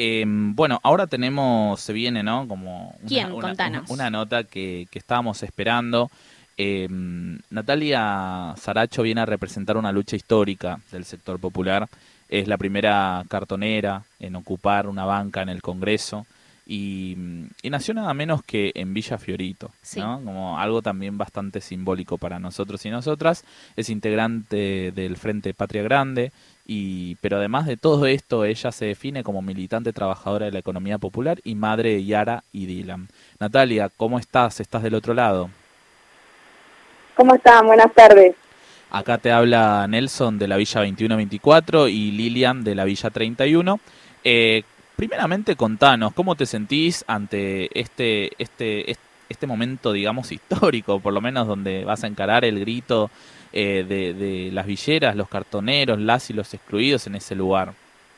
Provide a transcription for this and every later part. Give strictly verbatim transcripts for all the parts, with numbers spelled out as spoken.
Eh, bueno, ahora tenemos, se viene, ¿no? Como una, ¿Quién? una, Contanos. una nota que, que estábamos esperando. Eh, Natalia Saracho viene a representar una lucha histórica del sector popular. Es la primera cartonera en ocupar una banca en el Congreso y, y nació nada menos que en Villa Fiorito, Sí. ¿no? Como algo también bastante simbólico para nosotros y nosotras. Es integrante del Frente Patria Grande. Y, pero además de todo esto, ella se define como militante trabajadora de la economía popular y madre de Yara y Dylan. Natalia, ¿cómo estás? ¿Estás del otro lado? ¿Cómo están? Buenas tardes. Acá te habla Nelson de la Villa veintiuno veinticuatro y Lilian de la Villa treinta y uno. Eh, primeramente, contanos, ¿cómo te sentís ante este, este, este, este momento, digamos, histórico, por lo menos donde vas a encarar el grito eh, de, de las villeras, los cartoneros, las y los excluidos en ese lugar?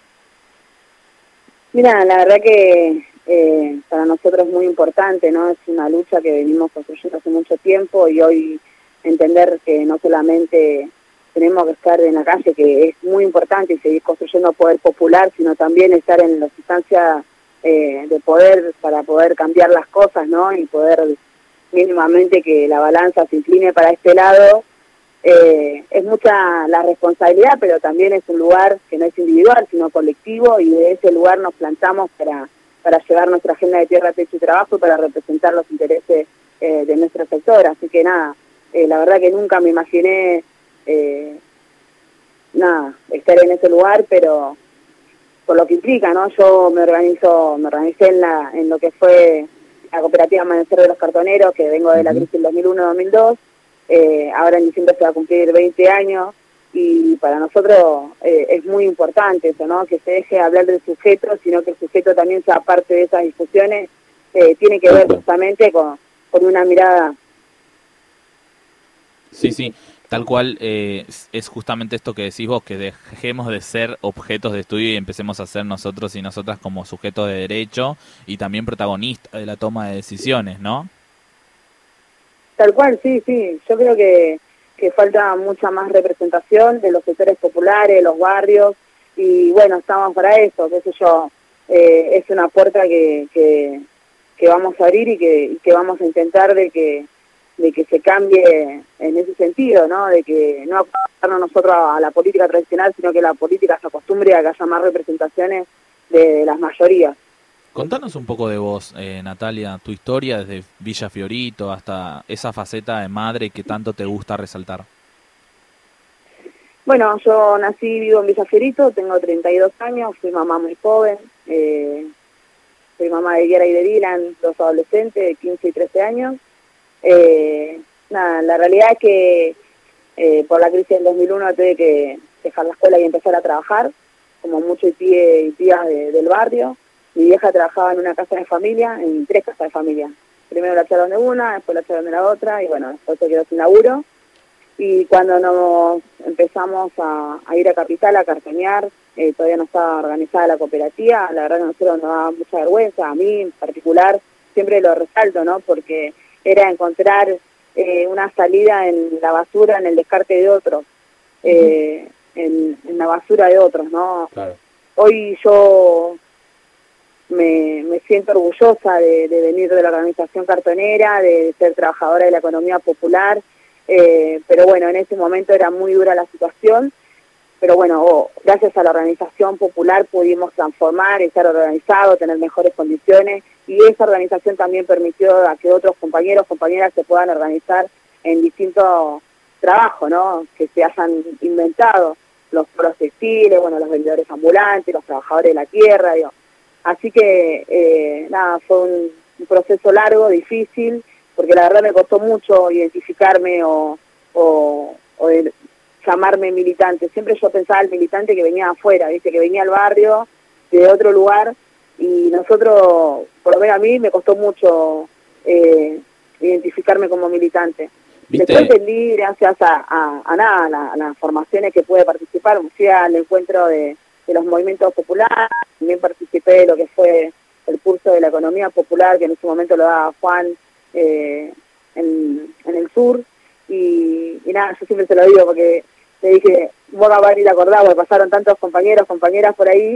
Mira, la verdad que eh, para nosotros es muy importante, ¿no? Es una lucha que venimos construyendo hace mucho tiempo y hoy entender que no solamente tenemos que estar en la calle, que es muy importante, y seguir construyendo poder popular, sino también estar en las instancias eh, de poder para poder cambiar las cosas, ¿no? Y poder mínimamente que la balanza se incline para este lado. Eh, es mucha la responsabilidad, pero también es un lugar que no es individual, sino colectivo, y de ese lugar nos plantamos para, para llevar nuestra agenda de tierra, techo y trabajo y para representar los intereses eh, de nuestro sector. Así que nada, eh, la verdad que nunca me imaginé eh, nada, estar en ese lugar, pero por lo que implica, ¿no? Yo me organizo, me organicé en, la, en lo que fue la cooperativa Amanecer de los Cartoneros, que vengo de la crisis del dos mil uno dos mil dos. Eh, ahora en diciembre se va a cumplir veinte años y para nosotros eh, es muy importante eso, ¿no? Que se deje hablar del sujeto, sino que el sujeto también sea parte de esas discusiones. Eh, tiene que ver justamente con, con una mirada. Sí, sí, tal cual eh, es, es justamente esto que decís vos, que dejemos de ser objetos de estudio y empecemos a ser nosotros y nosotras como sujetos de derecho y también protagonistas de la toma de decisiones, ¿no? Tal cual, sí, sí. Yo creo que, que falta mucha más representación de los sectores populares, de los barrios, y bueno, estamos para eso, qué sé yo. Eh, es una puerta que, que, que vamos a abrir y que, y que vamos a intentar de que de que se cambie en ese sentido, ¿no? De que no acostumbrarnos nosotros a la política tradicional, sino que la política se acostumbre a que haya más representaciones de, de las mayorías. Contanos un poco de vos, eh, Natalia, tu historia desde Villa Fiorito hasta esa faceta de madre que tanto te gusta resaltar. Bueno, yo nací y vivo en Villa Fiorito, tengo treinta y dos años, fui mamá muy joven, eh, soy mamá de Yara y de Dylan, dos adolescentes de quince y trece años. Eh, nada, la realidad es que eh, por la crisis del dos mil uno tuve que dejar la escuela y empezar a trabajar, como muchos pibes y tías de, del barrio. Mi vieja trabajaba en una casa de familia, en tres casas de familia. Primero la echaron de una, después la echaron de la otra, y bueno, después se quedó sin laburo. Y cuando nos empezamos a, a ir a Capital a cartonear, eh, todavía no estaba organizada la cooperativa, la verdad que a nosotros nos daba mucha vergüenza, a mí en particular, siempre lo resalto, ¿no? Porque era encontrar eh, una salida en la basura, en el descarte de otros, eh, en, en la basura de otros, ¿no? Claro. Hoy yo me, me siento orgullosa de, de venir de la organización cartonera, de ser trabajadora de la economía popular, eh, pero bueno, en ese momento era muy dura la situación, pero bueno, oh, gracias a la organización popular pudimos transformar, estar organizados, tener mejores condiciones, y esa organización también permitió a que otros compañeros, compañeras se puedan organizar en distintos trabajos, ¿no? Que se hayan inventado, los foros textiles, bueno, los vendedores ambulantes, los trabajadores de la tierra, digo. Así que, eh, nada, fue un, un proceso largo, difícil, porque la verdad me costó mucho identificarme o, o, o de, llamarme militante. Siempre yo pensaba el militante que venía afuera, ¿viste? Que venía al barrio, de otro lugar, y nosotros, por lo menos a mí, me costó mucho eh, identificarme como militante. ¿Viste? Después entendí, gracias a, a, a nada, a, la, a las formaciones que pude participar, fui al encuentro de, de los movimientos populares, también participé de lo que fue el curso de la economía popular, que en ese momento lo daba Juan eh, en, en el sur, y, y nada, yo siempre se lo digo porque le dije, vos vas a venir a acordar, porque pasaron tantos compañeros, compañeras por ahí,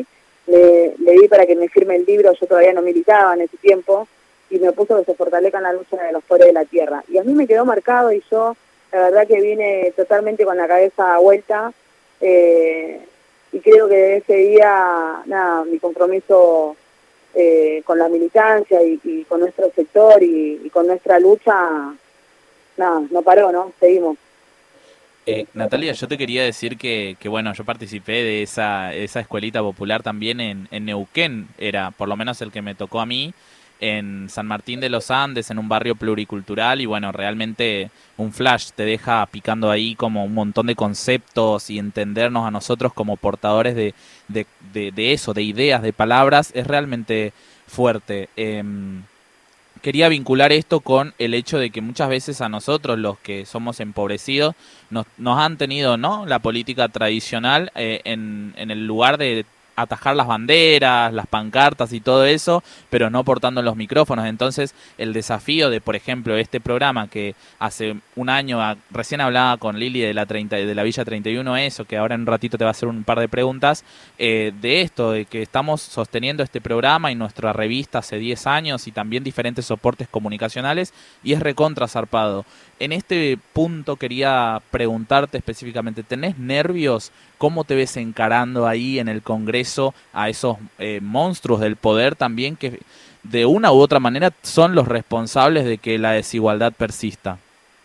le, le di para que me firme el libro, yo todavía no militaba en ese tiempo, y me puso que se fortalezca en la lucha de los pobres de la tierra. Y a mí me quedó marcado y yo, la verdad que vine totalmente con la cabeza vuelta, eh, y creo que desde ese día, nada, mi compromiso eh, con la militancia y, y con nuestro sector y, y con nuestra lucha, nada, no paró, ¿no? Seguimos. Eh, Natalia, yo te quería decir que, que bueno, yo participé de esa, esa escuelita popular también en, en Neuquén, era por lo menos el que me tocó a mí, en San Martín de los Andes, en un barrio pluricultural, y bueno, realmente un flash te deja picando ahí como un montón de conceptos y entendernos a nosotros como portadores de, de, de, de eso, de ideas, de palabras, es realmente fuerte. Eh, Quería vincular esto con el hecho de que muchas veces a nosotros, los que somos empobrecidos, nos, nos han tenido, ¿no?, la política tradicional eh, en, en el lugar de atajar las banderas, las pancartas y todo eso, pero no portando los micrófonos. Entonces, el desafío de, por ejemplo, este programa que hace un año, a, recién hablaba con Lili de la, treinta, de la Villa treinta y uno, eso, que ahora en un ratito te va a hacer un par de preguntas, eh, de esto, de que estamos sosteniendo este programa y nuestra revista hace diez años y también diferentes soportes comunicacionales, y es recontra zarpado. En este punto quería preguntarte específicamente, ¿tenés nervios? ¿Cómo te ves encarando ahí en el Congreso a esos eh, monstruos del poder también que de una u otra manera son los responsables de que la desigualdad persista?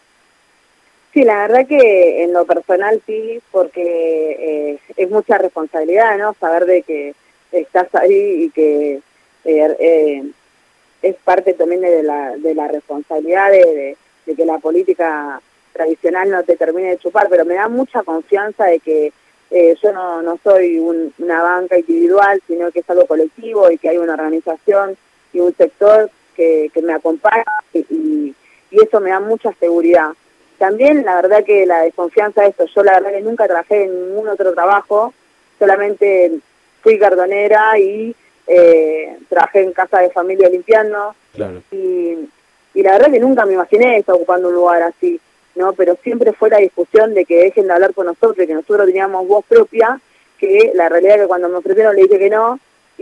Sí, la verdad que en lo personal sí, porque eh, es mucha responsabilidad, ¿no? Saber de que estás ahí y que eh, eh, es parte también de la, de la responsabilidad de, de, de que la política tradicional no te termine de chupar, pero me da mucha confianza de que eh, yo no, no soy un, una banca individual, sino que es algo colectivo y que hay una organización y un sector que, que me acompaña y, y eso me da mucha seguridad. También la verdad que la desconfianza de esto, yo la verdad que nunca trabajé en ningún otro trabajo, solamente fui cardonera y eh, trabajé en casa de familia limpiando. Claro. y, y la verdad que nunca me imaginé estar ocupando un lugar así, ¿no? Pero siempre fue la discusión de que dejen de hablar con nosotros, que nosotros teníamos voz propia, que la realidad es que cuando me ofrecieron le dije que no,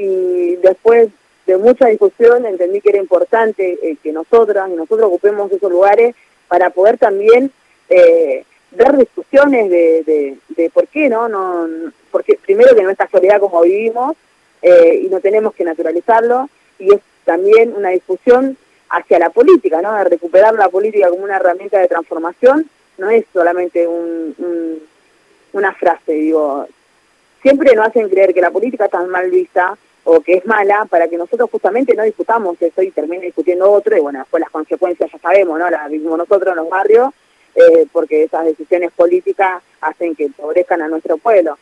y después de mucha discusión entendí que era importante eh, que nosotras y nosotros ocupemos esos lugares para poder también eh, dar discusiones de, de, de por qué, ¿no? no porque primero que no es casualidad como vivimos eh, y no tenemos que naturalizarlo, y es también una discusión hacia la política, ¿no? De recuperar la política como una herramienta de transformación, no es solamente un, un, una frase, digo, siempre nos hacen creer que la política está mal vista o que es mala para que nosotros justamente no discutamos eso y termine discutiendo otro, y bueno, después las consecuencias ya sabemos, ¿no? Las vivimos nosotros en los barrios, eh, porque esas decisiones políticas hacen que empobrezcan a nuestro pueblo.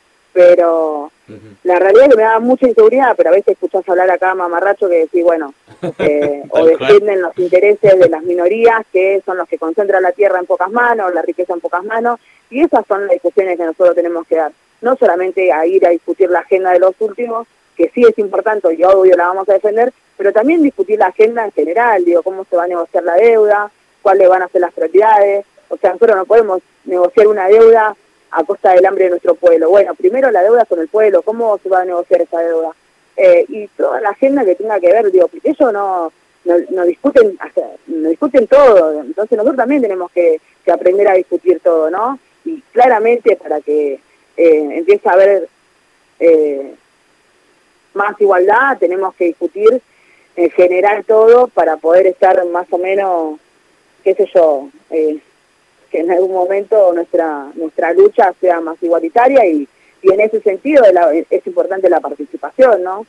Pero uh-huh. La realidad es que me da mucha inseguridad, pero a veces escuchás hablar acá mamarracho que decís, bueno, eh, o defienden los intereses de las minorías, que son los que concentran la tierra en pocas manos, la riqueza en pocas manos, y esas son las discusiones que nosotros tenemos que dar. No solamente a ir a discutir la agenda de los últimos, que sí es importante y obvio la vamos a defender, pero también discutir la agenda en general, digo, cómo se va a negociar la deuda, cuáles van a ser las prioridades. O sea, nosotros no podemos negociar una deuda a costa del hambre de nuestro pueblo. Bueno, primero la deuda con el pueblo, ¿cómo se va a negociar esa deuda? Eh, y toda la agenda que tenga que ver, digo, porque ellos no, no, no discuten hasta, no discuten todo, entonces nosotros también tenemos que, que aprender a discutir todo, ¿no? Y claramente para que eh, empiece a haber eh, más igualdad, tenemos que discutir en general todo para poder estar más o menos, qué sé yo, eh, que en algún momento nuestra nuestra lucha sea más igualitaria y, y en ese sentido la, es importante la participación, ¿no?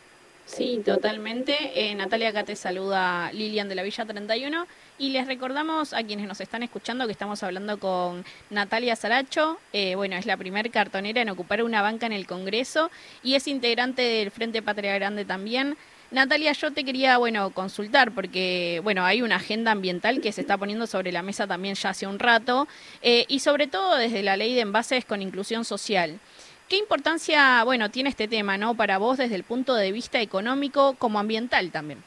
Sí, totalmente. Eh, Natalia, acá te saluda Lilian de la Villa treinta y uno y les recordamos a quienes nos están escuchando que estamos hablando con Natalia Saracho. Eh, bueno, es la primer cartonera en ocupar una banca en el Congreso y es integrante del Frente Patria Grande también. Natalia, yo te quería, bueno, consultar porque, bueno, hay una agenda ambiental que se está poniendo sobre la mesa también ya hace un rato eh, y sobre todo desde la ley de envases con inclusión social. ¿Qué importancia, bueno, tiene este tema, ¿no?, para vos desde el punto de vista económico como ambiental también?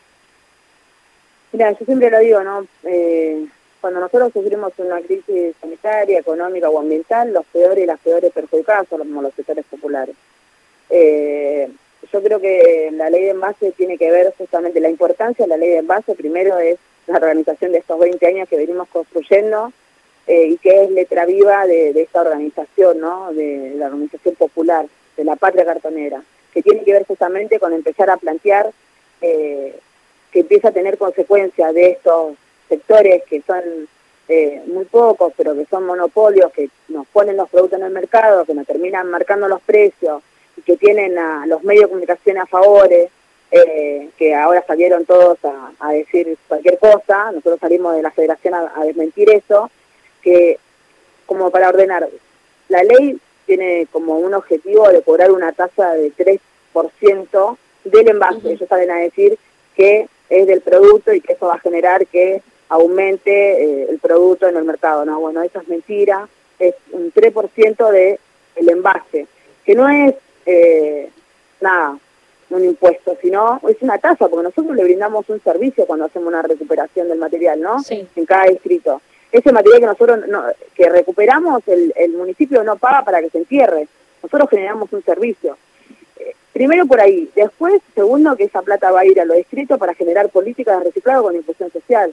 Mira, yo siempre lo digo, ¿no? Eh, cuando nosotros sufrimos una crisis sanitaria, económica o ambiental, los peores y las peores perjudicadas son los, los sectores populares. Eh, yo creo que la ley de envase tiene que ver justamente la importancia de la ley de envase. Primero es la organización de estos veinte años que venimos construyendo eh, y que es letra viva de, de esta organización, ¿no? De la organización popular, de la patria cartonera, que tiene que ver justamente con empezar a plantear eh, que empieza a tener consecuencias de estos sectores que son eh, muy pocos, pero que son monopolios, que nos ponen los productos en el mercado, que nos terminan marcando los precios, y que tienen a los medios de comunicación a favor, eh, que ahora salieron todos a, a decir cualquier cosa. Nosotros salimos de la federación a, a desmentir eso, que como para ordenar, la ley tiene como un objetivo de cobrar una tasa de tres por ciento del envase. Uh-huh. Ellos salen a decir que es del producto y que eso va a generar que aumente eh, el producto en el mercado. No, bueno, eso es mentira, es un tres por ciento del envase, que no es eh, nada, un impuesto, sino es una tasa, porque nosotros le brindamos un servicio cuando hacemos una recuperación del material, ¿no? Sí. En cada distrito. Ese material que nosotros no, que recuperamos, el, el municipio no paga para que se entierre. Nosotros generamos un servicio. Eh, primero por ahí. Después, segundo, que esa plata va a ir a los distritos para generar políticas de reciclado con inclusión social,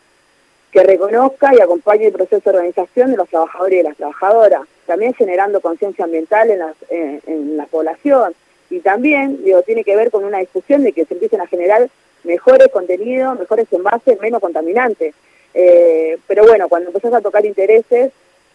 que reconozca y acompañe el proceso de organización de los trabajadores y de las trabajadoras, también generando conciencia ambiental en la, en, en la población. Y también, digo, tiene que ver con una discusión de que se empiecen a generar mejores contenidos, mejores envases, menos contaminantes. Eh, pero bueno, cuando empezás a tocar intereses,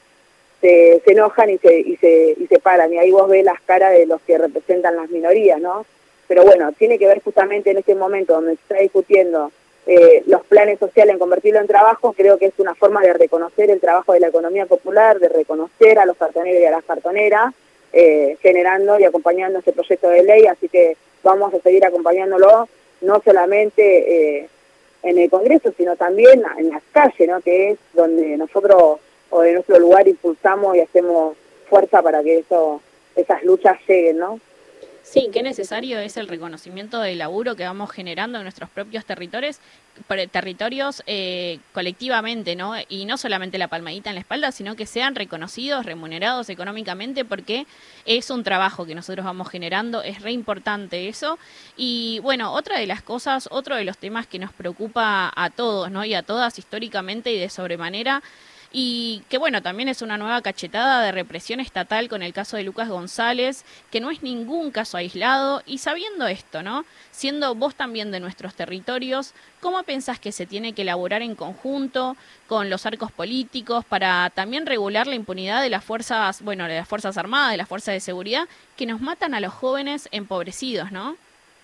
se, se enojan y se, y, se, y se paran, y ahí vos ves las caras de los que representan las minorías, ¿no? Pero bueno, tiene que ver justamente en este momento donde se está discutiendo eh, los planes sociales en convertirlo en trabajo. Creo que es una forma de reconocer el trabajo de la economía popular, de reconocer a los cartoneros y a las cartoneras, eh, generando y acompañando este proyecto de ley, así que vamos a seguir acompañándolo, no solamente eh, en el Congreso, sino también en las calles, ¿no? Que es donde nosotros, o de nuestro lugar, impulsamos y hacemos fuerza para que eso, esas luchas lleguen, ¿no? Sí, qué necesario es el reconocimiento del laburo que vamos generando en nuestros propios territorios, territorios eh, colectivamente, ¿no? Y no solamente la palmadita en la espalda, sino que sean reconocidos, remunerados económicamente, porque es un trabajo que nosotros vamos generando, es re importante eso. Y bueno, otra de las cosas, otro de los temas que nos preocupa a todos, ¿no? Y a todas históricamente y de sobremanera, y que bueno, también es una nueva cachetada de represión estatal con el caso de Lucas González, que no es ningún caso aislado. Y sabiendo esto, ¿no? Siendo vos también de nuestros territorios, ¿cómo pensás que se tiene que elaborar en conjunto con los arcos políticos para también regular la impunidad de las fuerzas, bueno, de las Fuerzas Armadas, de las fuerzas de seguridad, que nos matan a los jóvenes empobrecidos, ¿no?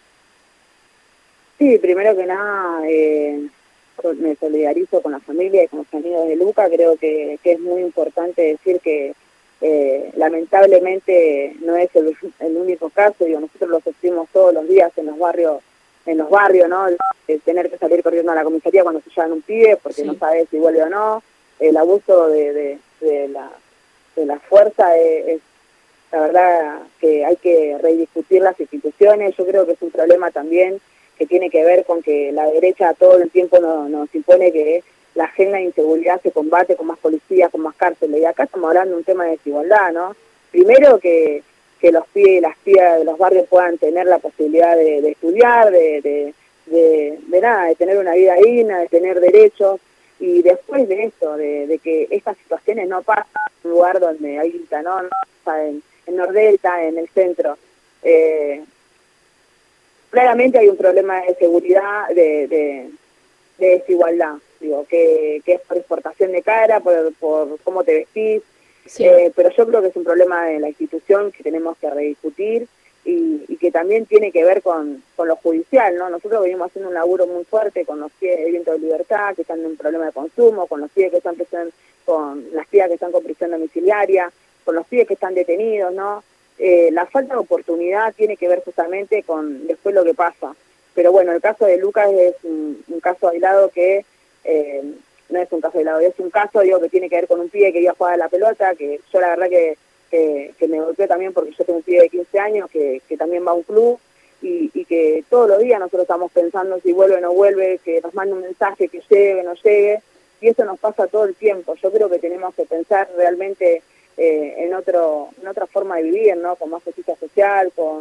Sí, primero que nada, eh... me solidarizo con la familia y con los amigos de Luca. Creo que, que es muy importante decir que eh, lamentablemente no es el, el único caso. Digo, nosotros lo sufrimos todos los días en los barrios, en los barrios, ¿no? El, el tener que salir corriendo a la comisaría cuando se llevan un pibe porque sí. No sabes si vuelve o no. El abuso de, de, de, la, de la fuerza es, es, la verdad, que hay que rediscutir las instituciones. Yo creo que es un problema también que tiene que ver con que la derecha todo el tiempo nos, nos impone que la agenda de inseguridad se combate con más policías, con más cárceles. Y acá estamos hablando de un tema de desigualdad, ¿no? Primero que, que los pibes y las pibas de los barrios puedan tener la posibilidad de, de estudiar, de, de, de, de nada, de tener una vida digna, de tener derechos. Y después de eso, de, de que estas situaciones no pasan en un lugar donde hay guita, ¿no? No, en, en Nordelta, en el centro. Eh, Claramente hay un problema de seguridad, de, de, de desigualdad, digo, que, que es por exportación de cara, por, por cómo te vestís, sí. eh, pero yo creo que es un problema de la institución que tenemos que rediscutir y, y que también tiene que ver con, con lo judicial, ¿no? Nosotros venimos haciendo un laburo muy fuerte con los pibes de Viento de Libertad, que están en un problema de consumo, con los pibes que están prisión, con las pibas que están con prisión domiciliaria, con los pibes que están detenidos, ¿no? Eh, la falta de oportunidad tiene que ver justamente con después lo que pasa. Pero bueno, el caso de Lucas es un, un caso aislado que, eh, no es un caso aislado, es un caso, digo, que tiene que ver con un pibe que iba a jugar a la pelota, que yo la verdad que, que, que me golpeó también porque yo tengo un pibe de quince años que, que también va a un club y, y que todos los días nosotros estamos pensando si vuelve o no vuelve, que nos mande un mensaje, que llegue, no llegue, y eso nos pasa todo el tiempo. Yo creo que tenemos que pensar realmente Eh, en otro en otra forma de vivir, ¿no? Con más justicia social, con,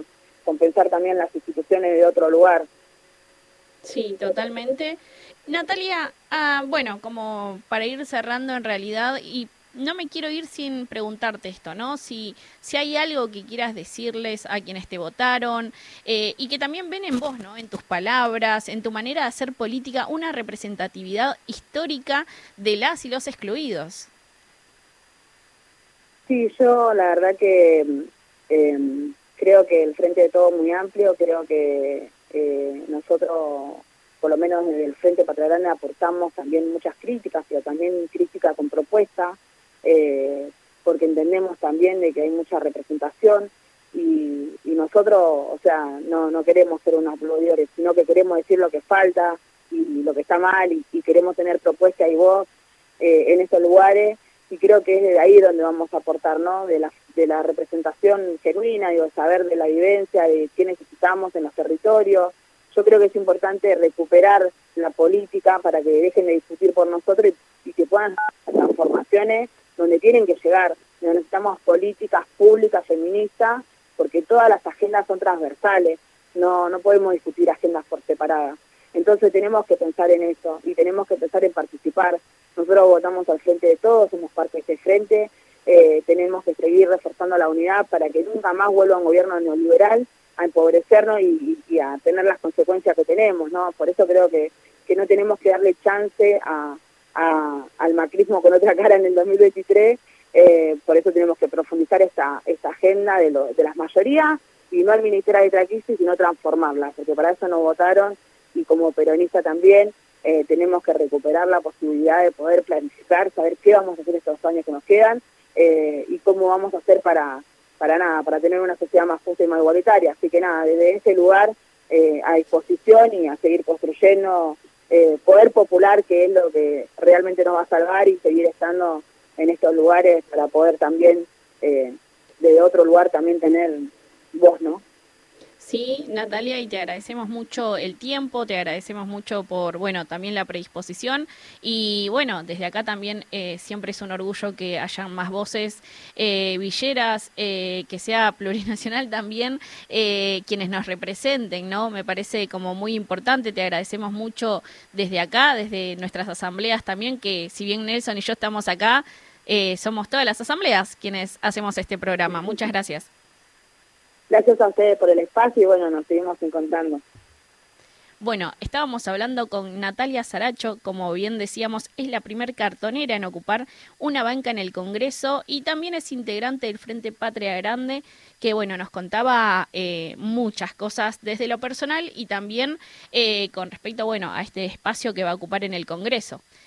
compensar también las instituciones de otro lugar. Sí, totalmente. Natalia, ah, bueno, como para ir cerrando en realidad, y no me quiero ir sin preguntarte esto, ¿no? Si, si hay algo que quieras decirles a quienes te votaron eh, y que también ven en vos, ¿no? En tus palabras, en tu manera de hacer política, una representatividad histórica de las y los excluidos. Sí, yo la verdad que eh, creo que el Frente de Todo es muy amplio, creo que eh, nosotros, por lo menos desde el Frente Patria Grande, aportamos también muchas críticas, pero también críticas con propuestas, eh, porque entendemos también de que hay mucha representación y, y nosotros, o sea, no, no queremos ser unos aplaudidores, sino que queremos decir lo que falta y lo que está mal y, y queremos tener propuestas y voz eh, en esos lugares. Y creo que es de ahí donde vamos a aportar, ¿no? De la, de la representación genuina, digo, saber de la vivencia, de qué necesitamos en los territorios. Yo creo que es importante recuperar la política para que dejen de discutir por nosotros y, y que puedan hacer transformaciones donde tienen que llegar. Necesitamos políticas públicas feministas, porque todas las agendas son transversales, no, no podemos discutir agendas por separadas. Entonces tenemos que pensar en eso y tenemos que pensar en participar. Nosotros votamos al Frente de Todos, somos parte de este frente, eh, tenemos que seguir reforzando la unidad para que nunca más vuelva un gobierno neoliberal a empobrecernos y, y a tener las consecuencias que tenemos, ¿no? Por eso creo que, que no tenemos que darle chance a, a, al macrismo con otra cara en el dos mil veintitrés, eh, por eso tenemos que profundizar esta, esta agenda de, lo, de las mayorías y no administrar esta crisis, sino transformarla, porque para eso nos votaron y como peronista también. Eh, tenemos que recuperar la posibilidad de poder planificar, saber qué vamos a hacer estos años que nos quedan eh, y cómo vamos a hacer para, para nada, para tener una sociedad más justa y más igualitaria. Así que nada, desde ese lugar eh, a disposición y a seguir construyendo eh, poder popular, que es lo que realmente nos va a salvar y seguir estando en estos lugares para poder también, eh, desde otro lugar también tener voz, ¿no? Sí, Natalia, y te agradecemos mucho el tiempo, te agradecemos mucho por, bueno, también la predisposición y, bueno, desde acá también eh, siempre es un orgullo que hayan más voces eh, villeras, eh, que sea plurinacional también, eh, quienes nos representen, ¿no? Me parece como muy importante, te agradecemos mucho desde acá, desde nuestras asambleas también, que si bien Nelson y yo estamos acá, eh, somos todas las asambleas quienes hacemos este programa. Muchas gracias. Gracias a ustedes por el espacio y bueno, nos seguimos encontrando. Bueno, estábamos hablando con Natalia Saracho, como bien decíamos, es la primer cartonera en ocupar una banca en el Congreso y también es integrante del Frente Patria Grande, que bueno, nos contaba eh, muchas cosas desde lo personal y también eh, con respecto, bueno, a este espacio que va a ocupar en el Congreso.